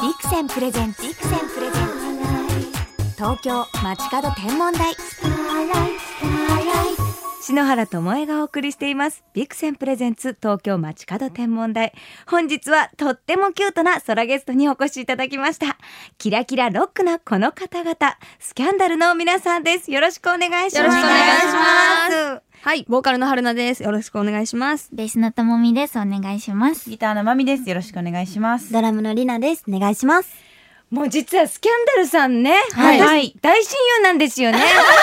ビクセンプレゼンツ東京街角天文台。篠原智恵がお送りしていますビクセンプレゼンツ東京街角天文台。本日はとってもキュートな空ゲストにお越しいただきました。キラキラロックなこの方々、スキャンダルの皆さんです。よろしくお願いします。 よろしくお願いします。はい、ボーカルの春菜です。よろしくお願いします。 ベースのともみです。お願いします。 ギターのまみです。よろしくお願いします。 ドラムのりなです。お願いします。 もう実はスキャンダルさんね、 はい私大親友なんですよね。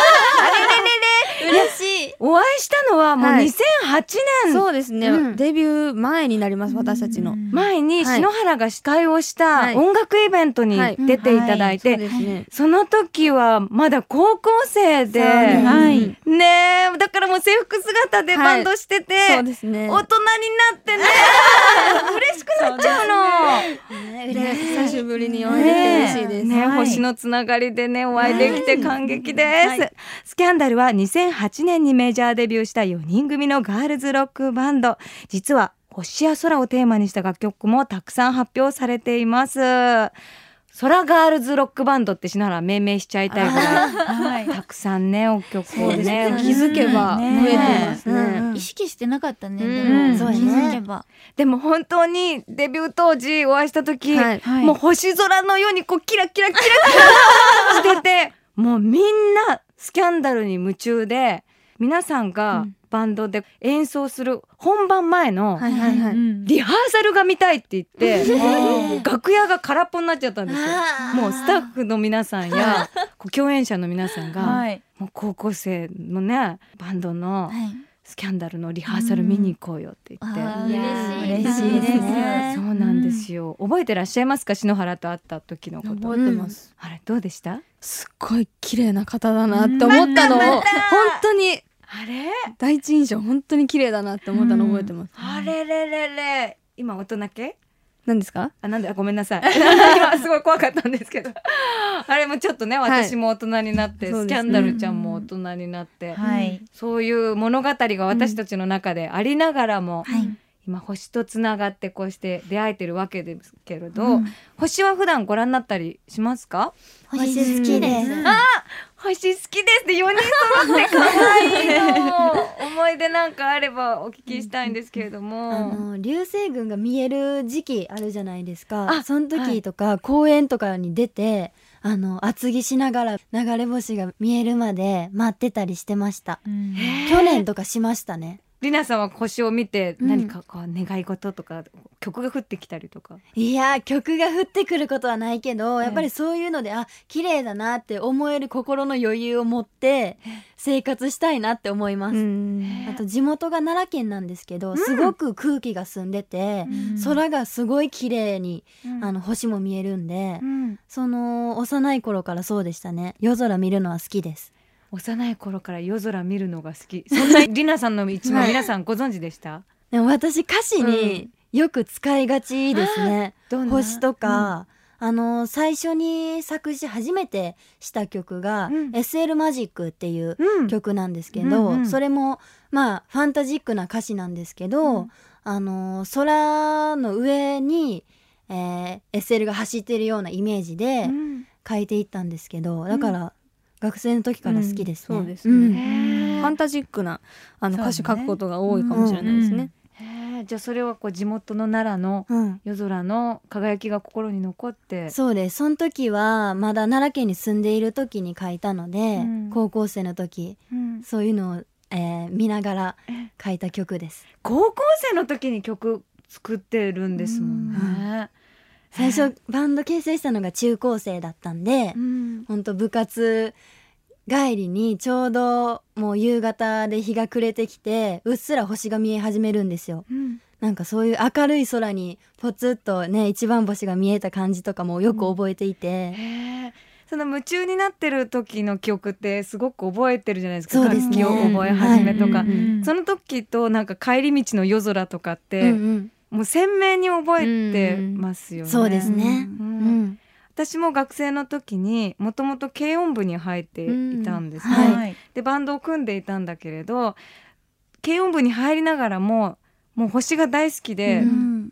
嬉しい。 お会いしたのはもうはい 2008年、 そうですね、 うんデビュー前になります、私たちの。 前に篠原が司会をしたはい音楽イベントに出ていただいて、 そうですね。 その時はまだ高校生で、 はいねえ、だからもう制服姿でバンドしてて、 そうですね。 大人になってね嬉しくなっちゃうの。 久しぶりにお会いできて嬉しいです。 ね、 はい星のつながりでねお会いできて感激です、スキャンダルは2008年にメジャーデビューした4人組のガールズロックバンド。実は星や空をテーマにした楽曲もたくさん発表されています。空ガールズロックバンドってしながら命名しちゃいたいぐらいはいたくさんねお曲をね気づけば増えてますね。 意識してなかったね。 うんでも気そうやねづけば。 でも本当にデビュー当時お会いした時、 はいもう星空のようにこうキラキラキラキラしててもうみんなスキャンダルに夢中で、皆さんがバンドで演奏する本番前のはいはいはい。 リハーサルが見たいって言って楽屋が空っぽになっちゃったんですよ。もうスタッフの皆さんやこう共演者の皆さんが、 はいもう高校生のねバンドのはい。 スキャンダルのリハーサル見に行こうよって言って、 あーいやー嬉しい。 嬉しいですねそうなんですよ、覚えてらっしゃいますか、篠原と会った時のこと。 覚えてます。 あれどうでした？ すっごい綺麗な方だなって思ったのを、本当にあれ第一印象本当に綺麗だなって思ったのを覚えてます。 あれれれれ今大人系何ですか？ なんでごめんなさい今すごい怖かったんですけどあれもちょっとねはい私も大人になって、 そうですねスキャンダルちゃんも大人になって、 はいそういう物語が私たちの中でありながらも、 はい。 今星とつながってこうして出会えてるわけですけれど、星は普段ご覧になったりしますか？ 星好きです。 星好きですで4人揃って可愛いの思い出なんかあればお聞きしたいんですけれども、 流星群が見える時期あるじゃないですか。 あその時とか、公園とかに出て厚着しながら流れ星が見えるまで待ってたりしてました。去年とかしましたね。 りなさんは星を見て何かこう願い事とか、曲が降ってきたりとか。 いや曲が降ってくることはないけど、やっぱりそういうので綺麗だなって思える心の余裕を持って生活したいなって思います。あと地元が奈良県なんですけど、すごく空気が澄んでて、空がすごい綺麗に、星も見えるんで、その幼い頃からそうでしたね。夜空見るのは好きです。 幼い頃から夜空見るのが好き、そんなりなさんの一面皆さんご存知でした？ でも私歌詞によく使いがちですね。 どんな星とか、最初に作詞初めてした曲が、SL マジックっていう曲なんですけど、それもまあファンタジックな歌詞なんですけど、空の上に、SL が走ってるようなイメージで書いていったんですけど、だから学生の時から好きですね。 そうですね。ファンタジックな歌詞書くことが多いかもしれないですね。 じゃあそれはこう地元の奈良の夜空の輝きが心に残って、 そうです。その時はまだ奈良県に住んでいる時に書いたので、高校生の時、そういうのを、見ながら書いた曲です。 高校生の時に曲作ってるんですもんね。 最初バンド結成したのが中高生だったんで、ほんと部活帰りにちょうどもう夕方で日が暮れてきて、うっすら星が見え始めるんですよ。なんかそういう明るい空にポツッとね一番星が見えた感じとかもよく覚えていて、 その夢中になってる時の曲ってすごく覚えてるじゃないですか。 そうですね、 楽器を覚え始めとか、 はいその時となんか帰り道の夜空とかって、もう鮮明に覚えてますよね。 そうですね、 私も学生の時にもともと軽音部に入っていたんですね、 はいでバンドを組んでいたんだけれど、軽音部に入りながらももう星が大好きで、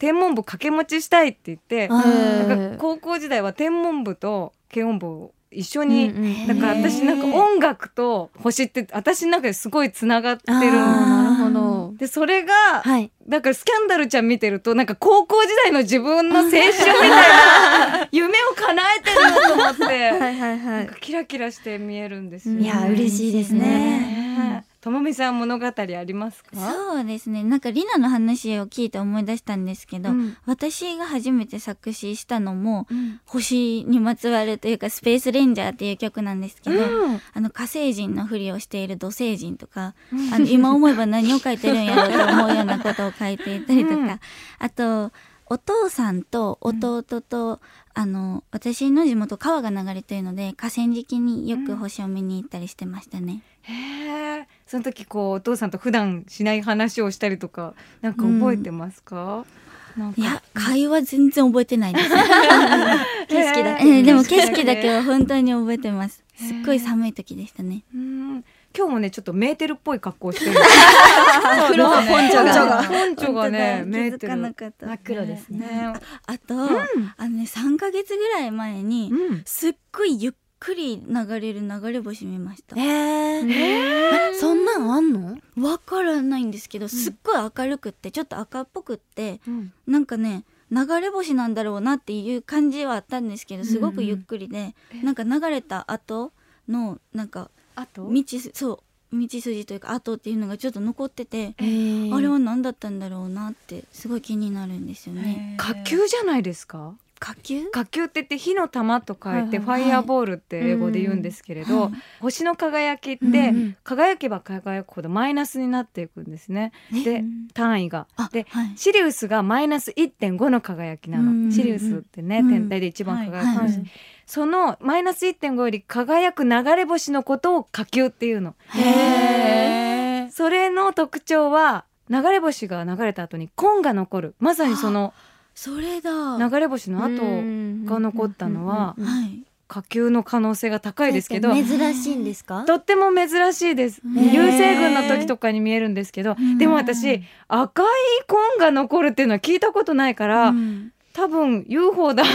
天文部掛け持ちしたいって言って、 あーなんか高校時代は天文部と軽音部を一緒に、 うんうんだから私なんか音楽と星って私の中ですごいつながってるあーの。 なるほど。 でそれが、 はいだからスキャンダルちゃん見てるとなんか高校時代の自分の青春みたいな夢を叶えてるなと思ってはいはいはなんいかキラキラして見えるんですよ。 いや嬉しいですね。 ねえともみさん物語ありますか？ そうですね。なんかリナの話を聞いて思い出したんですけど、 うん私が初めて作詞したのも、 うん星にまつわるというかスペースレンジャーっていう曲なんですけど、 うん火星人のふりをしている土星人とか、今思えば何を書いてるんやろうと思うようなことを書いていたりとか、 うんあとお父さんと弟と、私の地元川が流れているので河川敷によく星を見に行ったりしてましたね。 へえその時こうお父さんと普段しない話をしたりとかなんか覚えてますか？なんかいや会話全然覚えてないです景色だけでも景色だけは本当に覚えてます。すっごい寒い時でしたね。 うん今日もねちょっとメーテルっぽい格好をしてる黒のポンチョがポンチョがねメ気づーテルかなかった。 真っ黒ですね。 ねあと、3ヶ月ぐらい前に、 うんすっごいゆっくり流れる流れ星見ました。 そんなんあんの？ わからないんですけど、すっごい明るくってちょっと赤っぽくって、 うんなんかね流れ星なんだろうなっていう感じはあったんですけど、すごくゆっくりで、なんか流れた後のなんかあと道筋というか跡っていうのがちょっと残ってて、ああれは何だったんだろうなってすごい気になるんですよね。 火球じゃないですか？ 火球？ 火球って言って火の玉と書いてフはいァイアボールって英語で言うんですけれど、 はい星の輝きって、 うん輝けば輝くほどマイナスになっていくんですね。で単位がではいシリウスがマイナス 1.5 の輝きなの、 うんシリウスってね、 うん天体で一番輝くはい星、そのマイナス 1.5 より輝く流れ星のことを火球っていうの。 へーそれの特徴は流れ星が流れた後に根が残る。まさにそのそれだ。 流れ星の後が残ったのははい。 火球の可能性が高いですけど、 珍しいんですか？ とっても珍しいです。流星群の時とかに見えるんですけど、でも私赤い根が残るっていうのは聞いたことないから、 うん多分 UFO だ。 す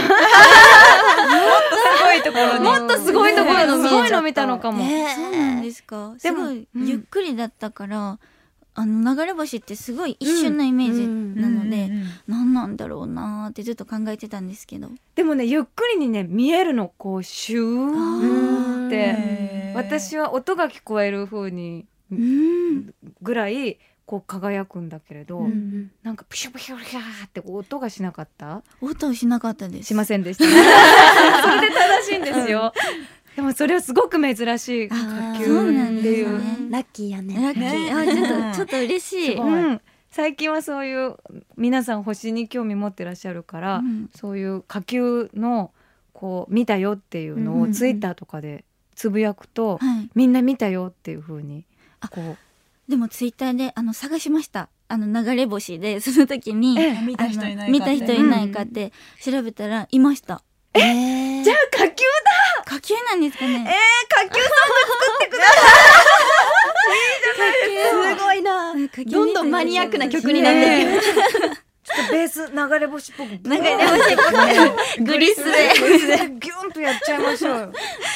ごいところにもっとすごいところのすごいの見たのかも。 そうなんですか。 ですもごいゆっくりだったから、流れ星ってすごい一瞬のイメージなので、何なんだろうなーってずっと考えてたんですけど。 でもねゆっくりにね見えるのこうシューってへー私は音が聞こえる風にうん。 ぐらいこう輝くんだけれど、 うんなんかピシュピシュピシューって音がしなかった？ 音しなかったです。 しませんでした。それで正しいんですよ。でもそれはすごく珍しい火球そうなんっていう。 ですね。 ラッキーやね。 ラッキー。ちょっと嬉しい。 うん最近はそういう皆さん星に興味持ってらっしゃるから、 うんそういう火球のこう見たよっていうのをツイッターとかでつぶやくと、 はい。 みんな見たよっていう風にあこうでもツイッターで探しました。流れ星でその時に見た人いないかって見た人いないかって調べたらいました。 じゃあ火球火球なんですかね。 火球すごいな。 火球どんどんマニアックな曲になっていく。 ちょっとベース流れ星っぽく流れ星っぽくグリスで。 ギュンとやっちゃいましょうよ。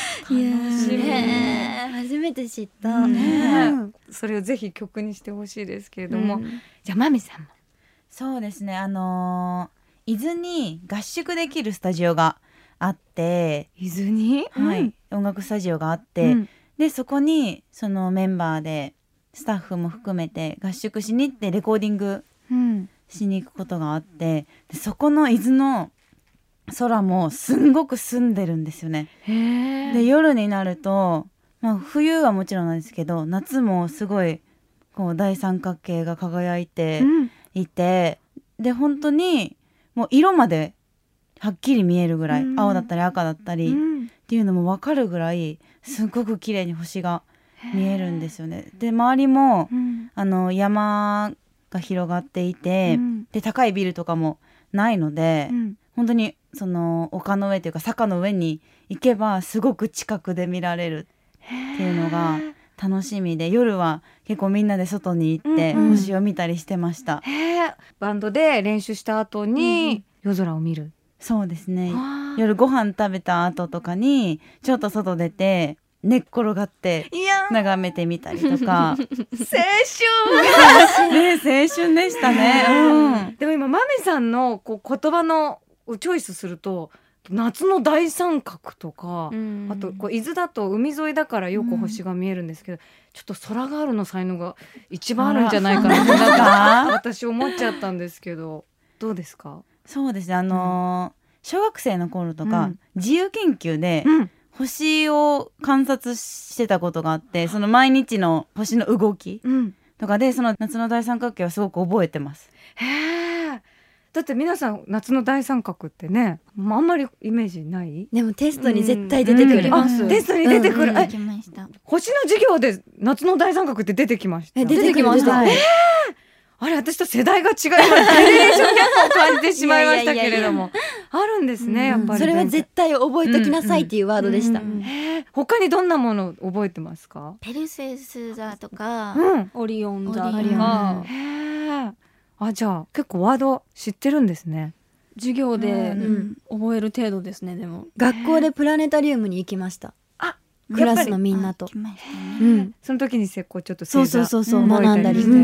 初めて知った。 ねそれをぜひ曲にしてほしいですけれども、じゃあマミさんも。 そうですね伊豆に合宿できるスタジオがあって、 伊豆に、 はい音楽スタジオがあって、でそこにそのメンバーでスタッフも含めて合宿しに行ってレコーディングしに行くことがあって、でそこの伊豆の空もすんごく澄んでるんですよね。で夜になると、冬はもちろんなんですけど夏もすごいこう大三角形が輝いていて、で本当にもう色まではっきり見えるぐらい、青だったり赤だったりっていうのも分かるぐらいすごく綺麗に星が見えるんですよね。で周りも、山が広がっていて、で高いビルとかもないので、本当にその丘の上というか坂の上に行けばすごく近くで見られるっていうのが楽しみで、夜は結構みんなで外に行って星を見たりしてました。 バンドで練習した後に夜空を見る。 そうですね。夜ご飯食べた後とかにちょっと外出て寝っ転がって眺めてみたりとか。青春ね、青春でしたね。 でも今マミさんのこう言葉のチョイスすると、夏の大三角とか、あとこう伊豆だと海沿いだからよく星が見えるんですけど、ちょっと空ガールの才能が一番あるんじゃないかなってなんか私思っちゃったんですけど、どうですか？ そうですね、小学生の頃とか、自由研究で、星を観察してたことがあって、その毎日の星の動きとかで、その夏の大三角形はすごく覚えてます。 だって皆さん夏の大三角ってね、あんまりイメージない？ でもテストに絶対出てくる。 テストに出てくる。星の授業で夏の大三角って出てきました。 出てきました。 あれ、私と世代が違います。ジェネレーションギャップを感じてしまいましたけれども、あるんですね、やっぱり。 それは絶対覚えときなさいっていうワードでした。 他にどんなもの覚えてますか？ ペルセウス座とか、 オリオン座とか。 じゃあ結構ワード知ってるんですね。 授業で覚える程度ですね。でも学校でプラネタリウムに行きました。クラスのみんなと。 その時にちょっとそう学んだりして。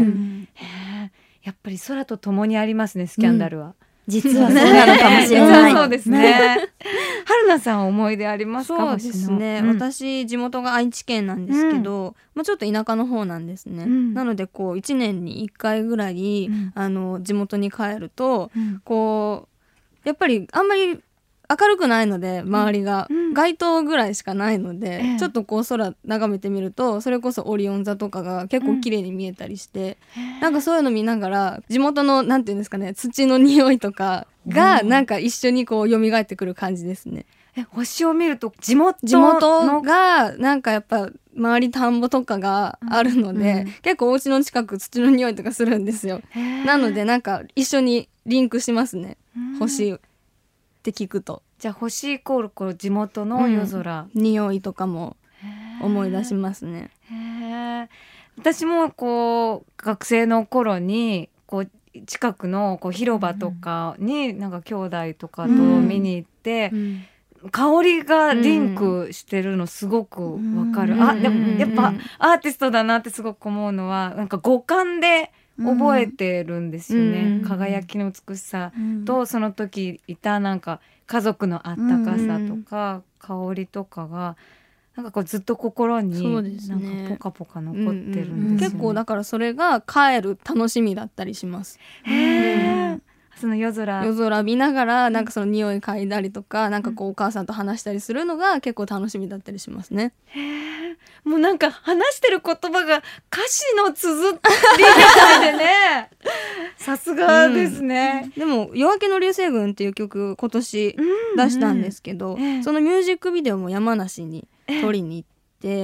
やっぱり空と共にありますね、スキャンダルは。 実はそうなのかもしれない。 そうですね。春菜さん思い出ありますか？ そうですね、私地元が愛知県なんですけど、ちょっと田舎の方なんですね。なのでこう1年に1回ぐらい、地元に帰ると、こうやっぱりあんまり明るくないので、周りが、街灯ぐらいしかないので、ちょっとこう空眺めてみると、それこそオリオン座とかが結構綺麗に見えたりして、なんかそういうの見ながら地元のなんていうんですかね、土の匂いとかがなんか一緒にこう蘇ってくる感じですね。 星を見ると地元がなんかやっぱ周り田んぼとかがあるので、結構お家の近く土の匂いとかするんですよ。なのでなんか一緒にリンクしますね、星って聞くと。 じゃあ星イコールこう地元の夜空、 匂いとかも思い出しますね。 私もこう学生の頃にこう近くのこう広場とかになんか兄弟とかと見に行って、香りがリンクしてるのすごくわかる。でもやっぱアーティストだなってすごく思うのは、なんか五感で覚えてるんですよね。輝きの美しさと、その時いたなんか家族のあったかさとか、香りとかがなんかこうずっと心になんかポカポカ残ってるんですよね。 結構だからそれが帰る楽しみだったりします。 その夜空見ながらなんかその匂い嗅いだりとか、なんかこうお母さんと話したりするのが結構楽しみだったりしますね。 もうなんか話してる言葉が歌詞の綴りみたいでねさすがですね。 でも夜明けの流星群っていう曲今年出したんですけど、そのミュージックビデオも山梨に撮りに行って、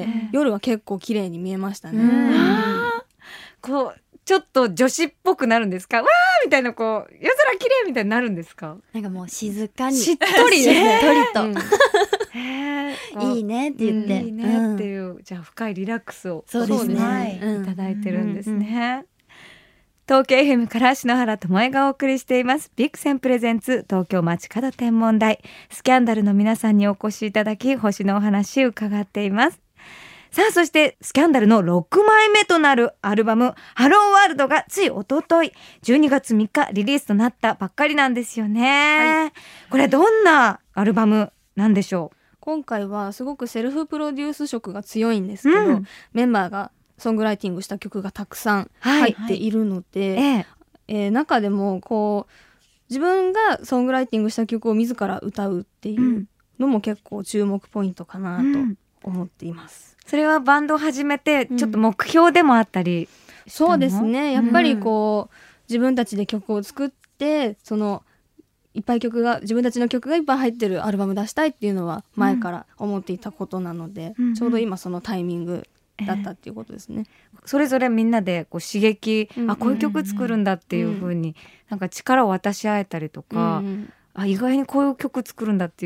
夜は結構綺麗に見えましたね。 こうちょっと女子っぽくなるんですか？わーみたいな、こう夜空綺麗みたいになるんですか？ なんかもう静かにしっとりですね。 いいねって言って、 いいねっていう、じゃあ深いリラックスをそうですね、 いただいてるんですね。東京 FM から篠原智恵がお送りしていますビクセンプレゼンツ東京街角天文台。スキャンダルの皆さんにお越しいただき、星のお話伺っています。さあ、そしてスキャンダルの6枚目となるアルバムハローワールドがつい一昨日12月3日リリースとなったばっかりなんですよね。これどんなアルバムなんでしょう？ 今回はすごくセルフプロデュース色が強いんですけど、メンバーがソングライティングした曲がたくさん入っているので、中でもこう自分がソングライティングした曲を自ら歌うっていうのも結構注目ポイントかなと思っています。 それはバンドを始めてちょっと目標でもあったりしたの？ そうですね、やっぱりこう、自分たちで曲を作って、そのいっぱい自分たちの曲がいっぱい入ってるアルバム出したいっていうのは前から思っていたことなので、ちょうど今そのタイミングだったっていうことですね。 それぞれみんなでこう刺激、こういう曲作るんだっていう風になんか力を渡し合えたりとか、意外にこういう曲作るんだっていう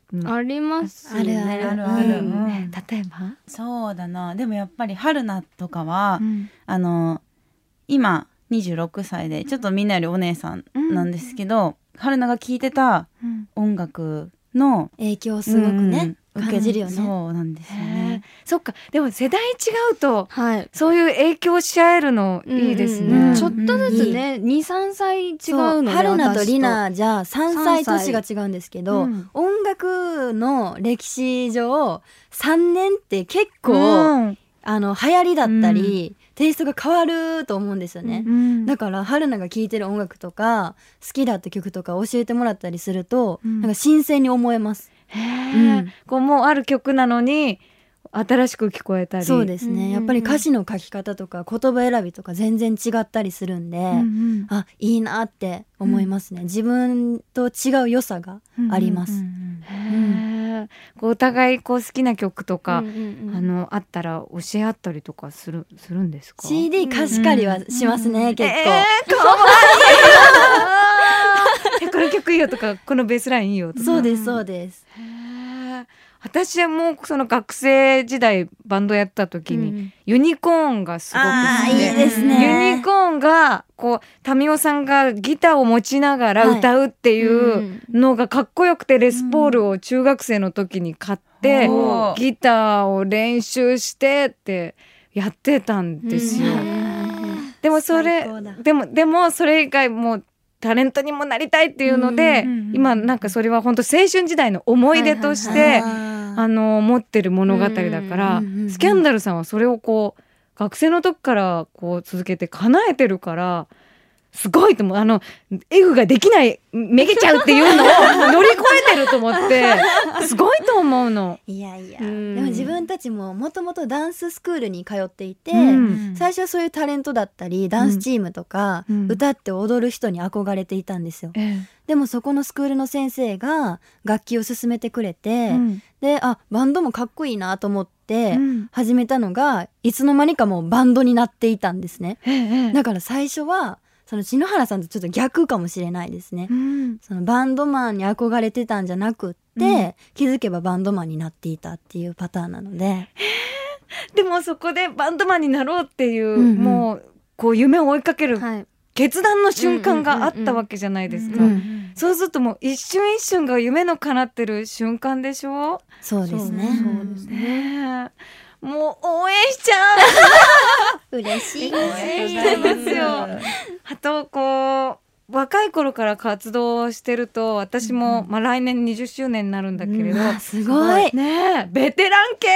ありますね。 あるあるある、 例えばそうだな。でもやっぱり春菜とかは、今26歳でちょっとみんなよりお姉さんなんですけど、春菜が聴いてた音楽の影響すごくね、感じるよね。 そうなんですよね。 そっか、でも世代違うと、 はい、 そういう影響し合えるのいいですね。 ちょっとずつね、2、3歳違うので、 春菜とリナじゃ3歳年が違うんですけど、音楽の歴史上3年って結構、流行りだったり、テイストが変わると思うんですよね、だから春菜が聴いてる音楽とか好きだった曲とか教えてもらったりすると、なんか新鮮に思えます。 こうもうある曲なのに新しく聞こえたり。 そうですね、やっぱり歌詞の書き方とか言葉選びとか全然違ったりするんで、あ、いいなって思いますね、自分と違う良さがあります。 こうお互いこう好きな曲とか、あったら教え合ったりとかするんですか？ CD 貸し借りはしますね、結構。 かわいいこの曲いいよとか、このベースラインいいよとか。 そうですそうです。 私はもうその学生時代バンドやった時に、ユニコーンがすごく好きで、 いいですね。 ユニコーンがこう民生さんがギターを持ちながら歌うっていうのがかっこよくて、レスポールを中学生の時に買って、ギターを練習してってやってたんですよ。でもそれでもそれ以外もタレントにもなりたいっていうので、今なんかそれは本当青春時代の思い出として、持ってる物語だから、スキャンダルさんはそれをこう学生の時からこう続けて叶えてるから、すごいと思う。F ができないめげちゃうっていうのを乗り越えてると思ってすごいと思うの。 いやいや、でも自分たちももともとダンススクールに通っていて、最初はそういうタレントだったりダンスチームとか、歌って踊る人に憧れていたんですよ、でもそこのスクールの先生が楽器を勧めてくれて、でバンドもかっこいいなと思って始めたのが、いつの間にかもうバンドになっていたんですね、だから最初はその篠原さんとちょっと逆かもしれないですね、そのバンドマンに憧れてたんじゃなくって、気づけばバンドマンになっていたっていうパターンなので、 でもそこでバンドマンになろうっていう、もうこう夢を追いかける決断の瞬間があったわけじゃないですか。そうするともう一瞬一瞬が夢の叶ってる瞬間でしょ。 そうですね。 もう応援しちゃう嬉しい。 応援しちゃいますよ。あとこう若い頃から活動してると、私も、来年20周年になるんだけれど、 すごいね、ベテラン系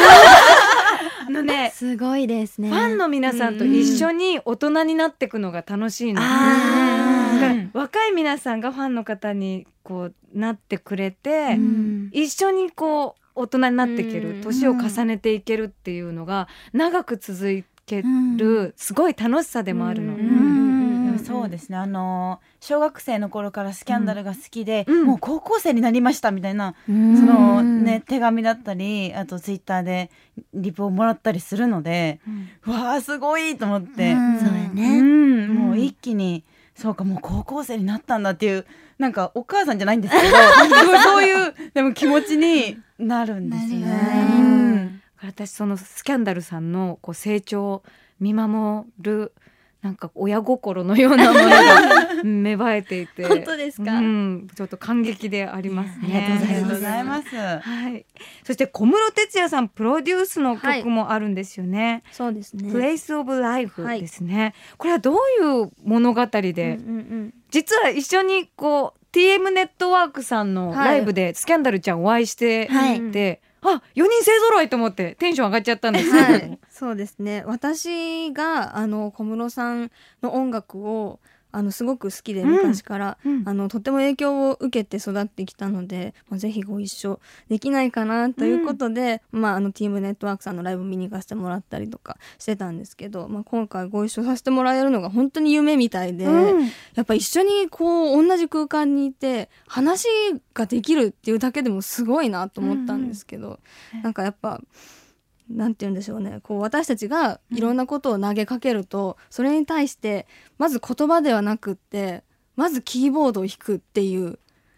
ね、 すごいですね。 ファンの皆さんと一緒に大人になっていくのが楽しいの、若い皆さんがファンの方にこうなってくれて、一緒にこう大人になっていける、年を重ねていけるっていうのが長く続ける、すごい楽しさでもあるの。 そうですね、小学生の頃からスキャンダルが好きで、もう高校生になりましたみたいな、そのね、手紙だったり、あとツイッターでリプをもらったりするので、わあすごいと思って、 そうやね、 もう一気にそうか、もう高校生になったんだっていう、なんかお母さんじゃないんですけどそういうでも気持ちになるんですね。 私そのスキャンダルさんのこう成長を見守る、なんか親心のようなものが芽生えていて本当ですか、 ちょっと感激でありますね。 ありがとうございます。 はい、そして小室哲哉さんプロデュースの曲もあるんですよね。 そうですね。 プレイスオブライフですね、これはどういう物語で、実は一緒にこう TM ネットワークさんのライブでスキャンダルちゃんお会いしていて、4人勢揃いと思ってテンション上がっちゃったんですけど、 そうですね。私が小室さんの音楽をすごく好きで、昔から、とても影響を受けて育ってきたので、ぜひご一緒できないかなということで、TM ネットワークさんのライブ見に行かせてもらったりとかしてたんですけど、今回ご一緒させてもらえるのが本当に夢みたいで、やっぱ一緒にこう同じ空間にいて話ができるっていうだけでもすごいなと思ったんですけど、なんかやっぱなんて言うんでしょうね、こう私たちがいろんなことを投げかけると、それに対してまず言葉ではなくってまずキーボードを弾くっていう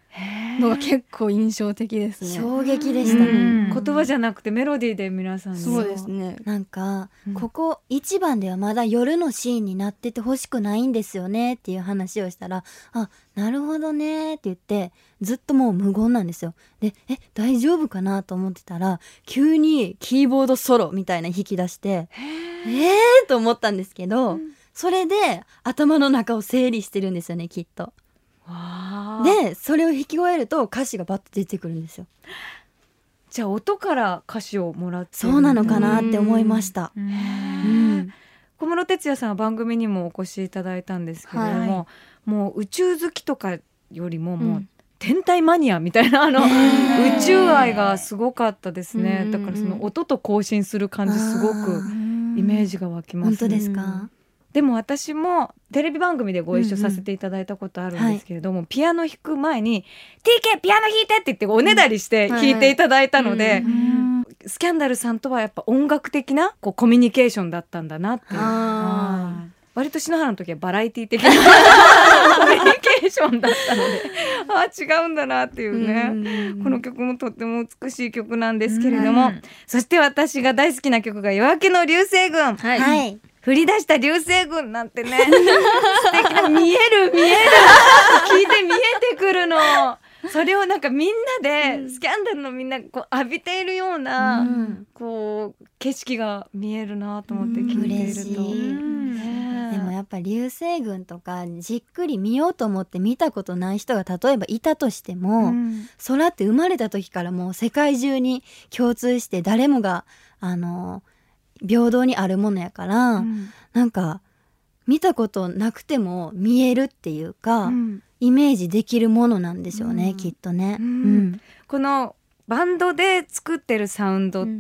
のが結構印象的ですね。 衝撃でしたね、 言葉じゃなくてメロディーで皆さんに。 そうですね。 なんか、ここ1番ではまだ夜のシーンになっててほしくないんですよねっていう話をしたら、あ、なるほどねって言ってずっともう無言なんですよ。で、大丈夫かなと思ってたら急にキーボードソロみたいな弾き出して、と思ったんですけど、それで頭の中を整理してるんですよね、きっと。でそれを弾き終えると歌詞がバッと出てくるんですよ。 じゃあ音から歌詞をもらってそうなのかなって思いました。 小室哲哉さんは番組にもお越しいただいたんですけれども、もう宇宙好きとかよりももう天体マニアみたいな宇宙愛がすごかったですね。だからその音と交信する感じすごくイメージが湧きます。 本当ですか？ でも私もテレビ番組でご一緒させていただいたことあるんですけれども、ピアノ弾く前に TK ピアノ弾いてって言っておねだりして弾いていただいたので、スキャンダルさんとはやっぱ音楽的なこうコミュニケーションだったんだなっていう。割と篠原の時はバラエティ的なコミュニケーションだったので違うんだなっていうね。この曲もとっても美しい曲なんですけれども、そして私が大好きな曲が夜明けの流星群。降り出した流星群なんてね素敵な見える聞いて見えてくるの。それをなんかみんなで、スキャンダルのみんなこう浴びているような、こう景色が見えるなと思って聞いていると、 でもやっぱ流星群とかじっくり見ようと思って見たことない人が例えばいたとしても、空って生まれた時からもう世界中に共通して誰もが平等にあるものやから、なんか見たことなくても見えるっていうか、イメージできるものなんでしょうね、きっとね。 このバンドで作ってるサウンドって、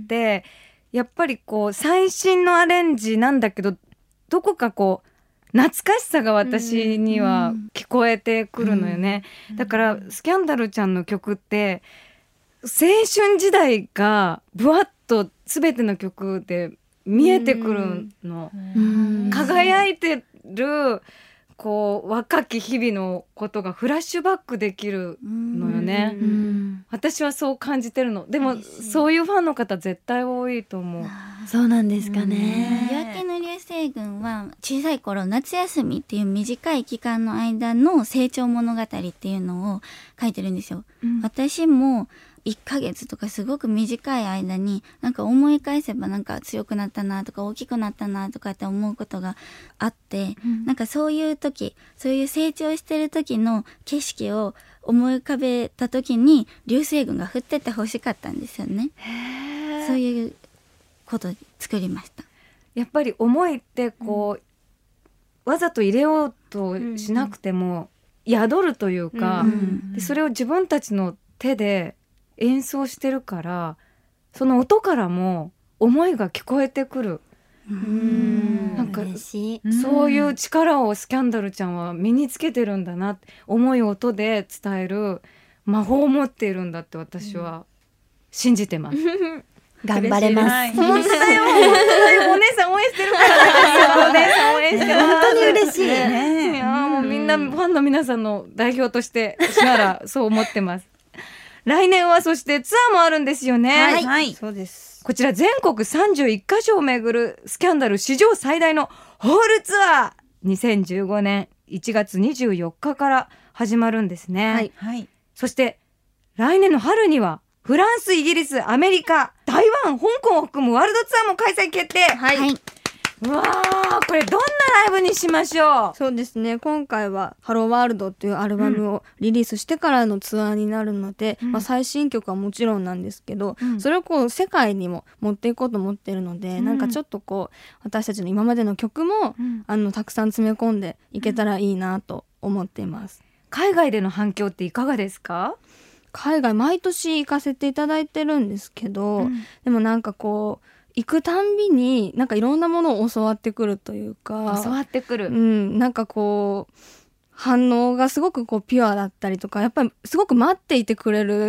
やっぱりこう最新のアレンジなんだけど、どこかこう懐かしさが私には聞こえてくるのよね。だからスキャンダルちゃんの曲って青春時代がぶわっと全ての曲で見えてくるの。輝いてるこう若き日々のことがフラッシュバックできるのよね。私はそう感じてるの。でもそういうファンの方絶対多いと思う。 そうなんですかね。 夜明けの流星群は小さい頃夏休みっていう短い期間の間の成長物語っていうのを書いてるんですよ。私も1ヶ月とかすごく短い間になんか思い返せばなんか強くなったなとか大きくなったなとかって思うことがあって、なんかそういう時、そういう成長してる時の景色を思い浮かべた時に流星群が降っててほしかったんですよね。そういうことで作りました。 やっぱり思いってこう、わざと入れようとしなくても宿るというか、でそれを自分たちの手で演奏してるから、その音からも思いが聞こえてくる。なんかそういう力をスキャンダルちゃんは身につけてるんだな、思いを音で伝える魔法を持っているんだって私は信じてます頑張れます。 本当だよ、お姉さん応援してるからお姉さん応援してます。 本当に嬉しいね。 いやもうみんなファンの皆さんの代表としてしならそう思ってます。来年はそしてツアーもあるんですよね。 はい、そうです。 こちら全国31カ所を巡るスキャンダル史上最大のホールツアー、2015年1月24日から始まるんですね。そして来年の春にはフランス、イギリス、アメリカ、台湾、香港を含むワールドツアーも開催決定。うわー、これどんなライブにしましょう。 そうですね、今回はハローワールドというアルバムをリリースしてからのツアーになるので、最新曲はもちろんなんですけど、それをこう世界にも持っていこうと思ってるので、なんかちょっとこう私たちの今までの曲も、たくさん詰め込んでいけたらいいなと思っています。 海外での反響っていかがですか？ 海外毎年行かせていただいてるんですけど、でもなんかこう行くたんびになんかいろんなものを教わってくるというか、 教わってくる、 なんかこう反応がすごくこうピュアだったりとか、やっぱりすごく待っていてくれる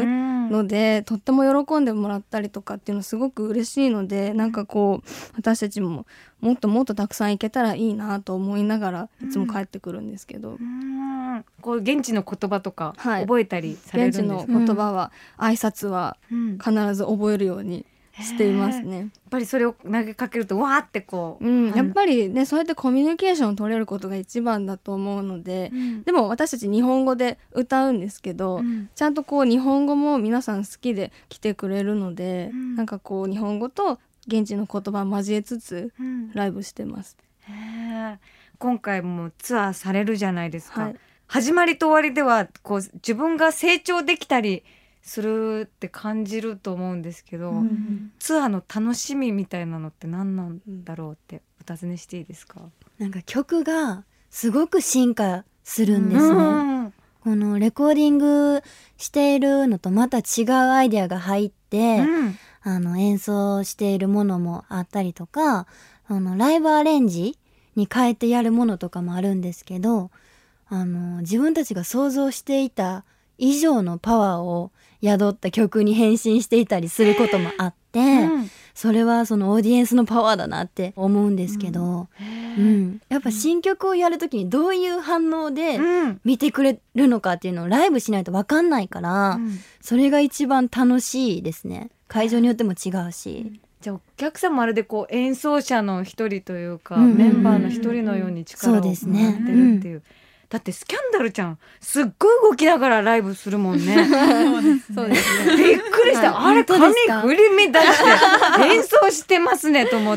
ので、とっても喜んでもらったりとかっていうのすごく嬉しいので、なんかこう私たちももっともっとたくさん行けたらいいなと思いながらいつも帰ってくるんですけど、 こう現地の言葉とか覚えたりされるんですか？ 現地の言葉は、挨拶は必ず覚えるようにしていますね。 やっぱりそれを投げかけるとわーってこう、 やっぱりね、そうやってコミュニケーションを取れることが一番だと思うので、でも私たち日本語で歌うんですけど、ちゃんとこう日本語も皆さん好きで来てくれるので、なんかこう日本語と現地の言葉を交えつつライブしてます。 今回もツアーされるじゃないですか、 はい、 始まりと終わりではこう自分が成長できたりするって感じると思うんですけど、ツアーの楽しみみたいなのって何なんだろうってお尋ねしていいですか？ なんか曲がすごく進化するんですね。このレコーディングしているのとまた違うアイデアが入って、演奏しているものもあったりとか、ライブアレンジに変えてやるものとかもあるんですけど、自分たちが想像していた以上のパワーを宿った曲に変身していたりすることもあって、それはそのオーディエンスのパワーだなって思うんですけど、やっぱ新曲をやるときにどういう反応で見てくれるのかっていうのをライブしないと分かんないから、それが一番楽しいですね。会場によっても違うし、 じゃあお客さんまるでこう演奏者の一人というか、メンバーの一人のように力をもらってるっていう。だってスキャンダルちゃんすっごい動きながらライブするもんね。 そうですね。 びっくりした、あれ髪振り乱して演奏してますねと思って、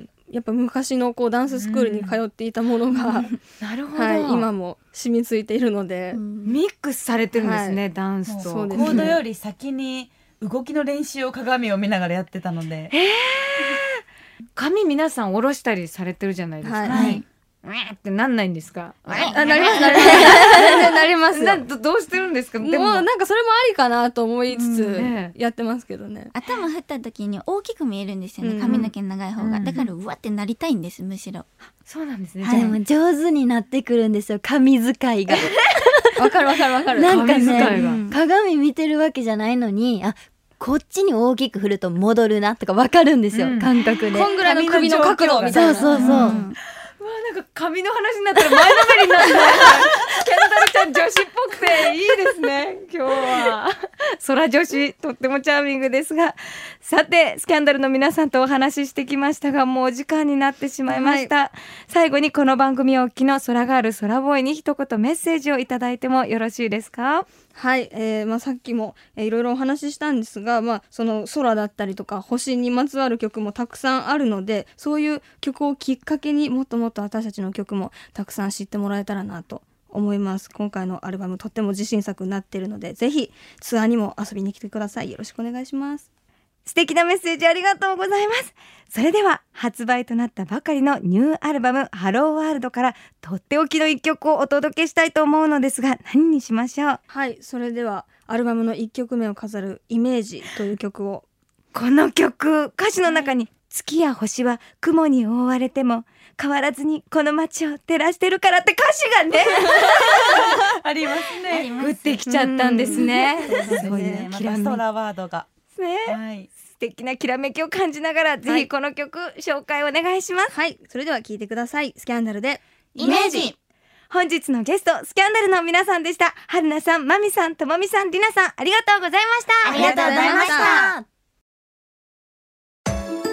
やっぱ昔のこうダンススクールに通っていたものが、 なるほど、 今も染みついているので、 ミックスされてるんですね、ダンスと。 コードより先に動きの練習を鏡を見ながらやってたので、 髪皆さん下ろしたりされてるじゃないですか。ってなんないんですか？ なりますなりますよ。 どうしてるんですか？ でもなんかそれもありかなと思いつつやってますけどね。 頭振った時に大きく見えるんですよね、髪の毛長い方が。だからうわってなりたいんです、むしろ。 そうなんですね。 でも上手になってくるんですよ、髪使いが。 わかる。 なんかね、鏡見てるわけじゃないのに、こっちに大きく振ると戻るなとかわかるんですよ、感覚で。 こんぐらいの首の角度みたいな。 そう。 なんか髪の話になったら前のめりになってキャンダルちゃん女子っぽくていいですね今日は。空女子とってもチャーミングですが、さてスキャンダルの皆さんとお話ししてきましたが、もうお時間になってしまいました、最後にこの番組をお聞きの空ガール空ボーイに一言メッセージをいただいてもよろしいですか？ はい、さっきも、いろいろお話ししたんですが、その空だったりとか星にまつわる曲もたくさんあるので、そういう曲をきっかけにもっともっと私たちの曲もたくさん知ってもらえたらなと思います。今回のアルバムとっても自信作になっているので、ぜひツアーにも遊びに来てください。よろしくお願いします。 素敵なメッセージありがとうございます。それでは発売となったばかりのニューアルバムハローワールドからとっておきの一曲をお届けしたいと思うのですが、何にしましょう？ はい、それではアルバムの1曲目を飾るイメージという曲を。 この曲、歌詞の中に月や星は雲に覆われても変わらずにこの街を照らしてるからって歌詞がねありますね。 降ってきちゃったんですね。 すごいね、また空ワードがね、素敵なきらめきを感じながら、ぜひこの曲紹介お願いします。 はい、それでは聴いてください。スキャンダルでイメージ。 本日のゲストスキャンダルの皆さんでした。春菜さん、まみさん、ともみさん、りなさん、ありがとうございました。 ありがとうございました。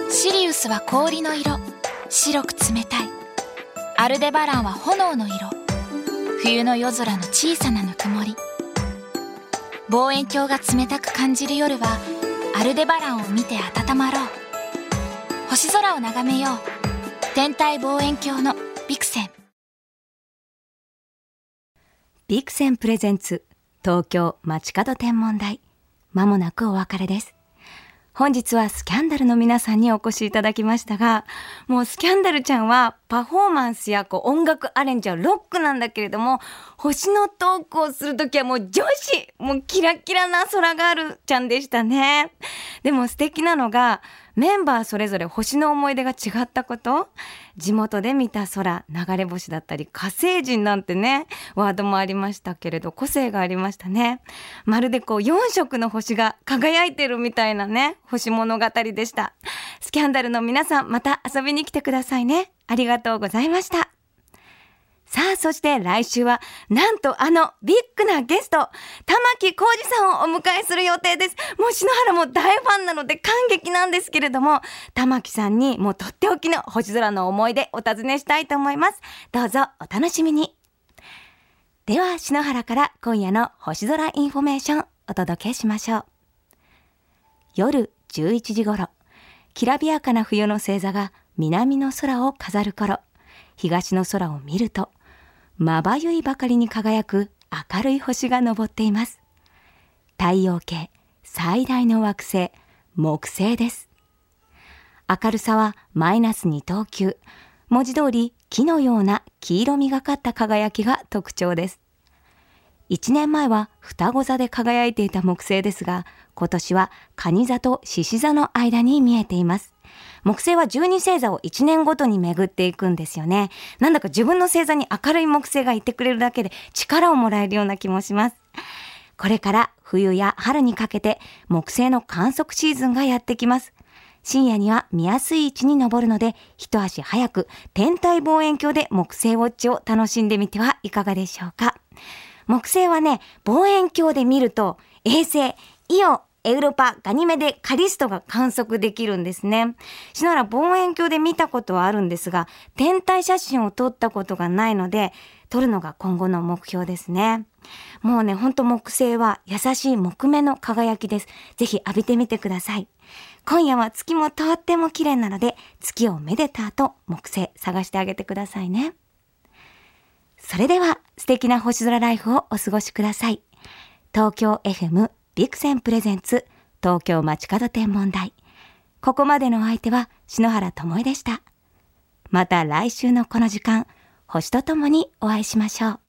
シリウスは氷の色、白く冷たい。アルデバランは炎の色、冬の夜空の小さなぬくもり。望遠鏡が冷たく感じる夜はアルデバランを見て温まろう。星空を眺めよう。天体望遠鏡のビクセン。 ビクセンプレゼンツ東京街角天文台、まもなくお別れです。本日はスキャンダルの皆さんにお越しいただきましたが、もうスキャンダルちゃんはパフォーマンスや音楽アレンジはロックなんだけれども、星のトークをするときはもう女子、もうキラキラな空ガールちゃんでしたね。でも素敵なのがメンバーそれぞれ星の思い出が違ったこと、地元で見た空、流れ星だったり火星人なんてねワードもありましたけれど、個性がありましたね。まるでこう4色の星が輝いてるみたいなね星物語でした。スキャンダルの皆さん、また遊びに来てくださいね。ありがとうございました。さあ、そして来週はなんとビッグなゲスト、玉置浩二さんをお迎えする予定です。もう篠原も大ファンなので感激なんですけれども、玉置さんにもうとっておきの星空の思い出お尋ねしたいと思います。どうぞお楽しみに。では篠原から今夜の星空インフォメーションお届けしましょう。夜11時頃、きらびやかな冬の星座が南の空を飾る頃、東の空を見るとまばゆいばかりに輝く明るい星が昇っています。太陽系最大の惑星、木星です。明るさはマイナス2等級、文字通り木のような黄色みがかった輝きが特徴です。1年前は双子座で輝いていた木星ですが、今年は蟹座と獅子座の間に見えています。木星は12星座を1年ごとに巡っていくんですよね。なんだか自分の星座に明るい木星がいてくれるだけで力をもらえるような気もします。これから冬や春にかけて木星の観測シーズンがやってきます。深夜には見やすい位置に昇るので、一足早く天体望遠鏡で木星ウォッチを楽しんでみてはいかがでしょうか。木星はね、望遠鏡で見ると衛星イオ、エウロパ、ガニメデ、カリストが観測できるんですね。篠原、望遠鏡で見たことはあるんですが、天体写真を撮ったことがないので、撮るのが今後の目標ですね。もうね、ほんと木星は優しい木目の輝きです。ぜひ浴びてみてください。今夜は月もとっても綺麗なので、月をめでた後、木星探してあげてくださいね。それでは素敵な星空ライフをお過ごしください。東京 FM ビクセンプレゼンツ東京街角天文台。ここまでのお相手は篠原ともえでした。また来週のこの時間、星とともにお会いしましょう。